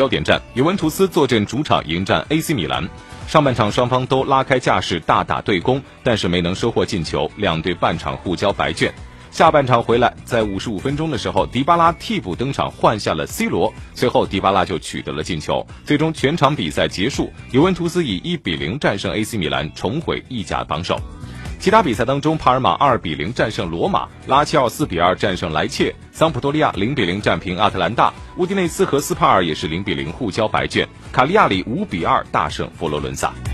焦点战，尤文图斯坐镇主场迎战 AC 米兰。上半场双方都拉开架势，大打对攻，但是没能收获进球，两队半场互交白卷。下半场回来，在55分钟的时候，迪巴拉替补登场换下了 C 罗，随后迪巴拉就取得了进球。最终全场比赛结束，尤文图斯以1-0战胜 AC 米兰，重回意甲榜首。其他比赛当中，帕尔马2-0战胜罗马，拉齐奥4-2战胜莱切，桑普多利亚0-0战平阿特兰大，乌迪内斯和斯帕尔也是0-0互交白卷，卡利亚里5-2大胜佛罗伦萨。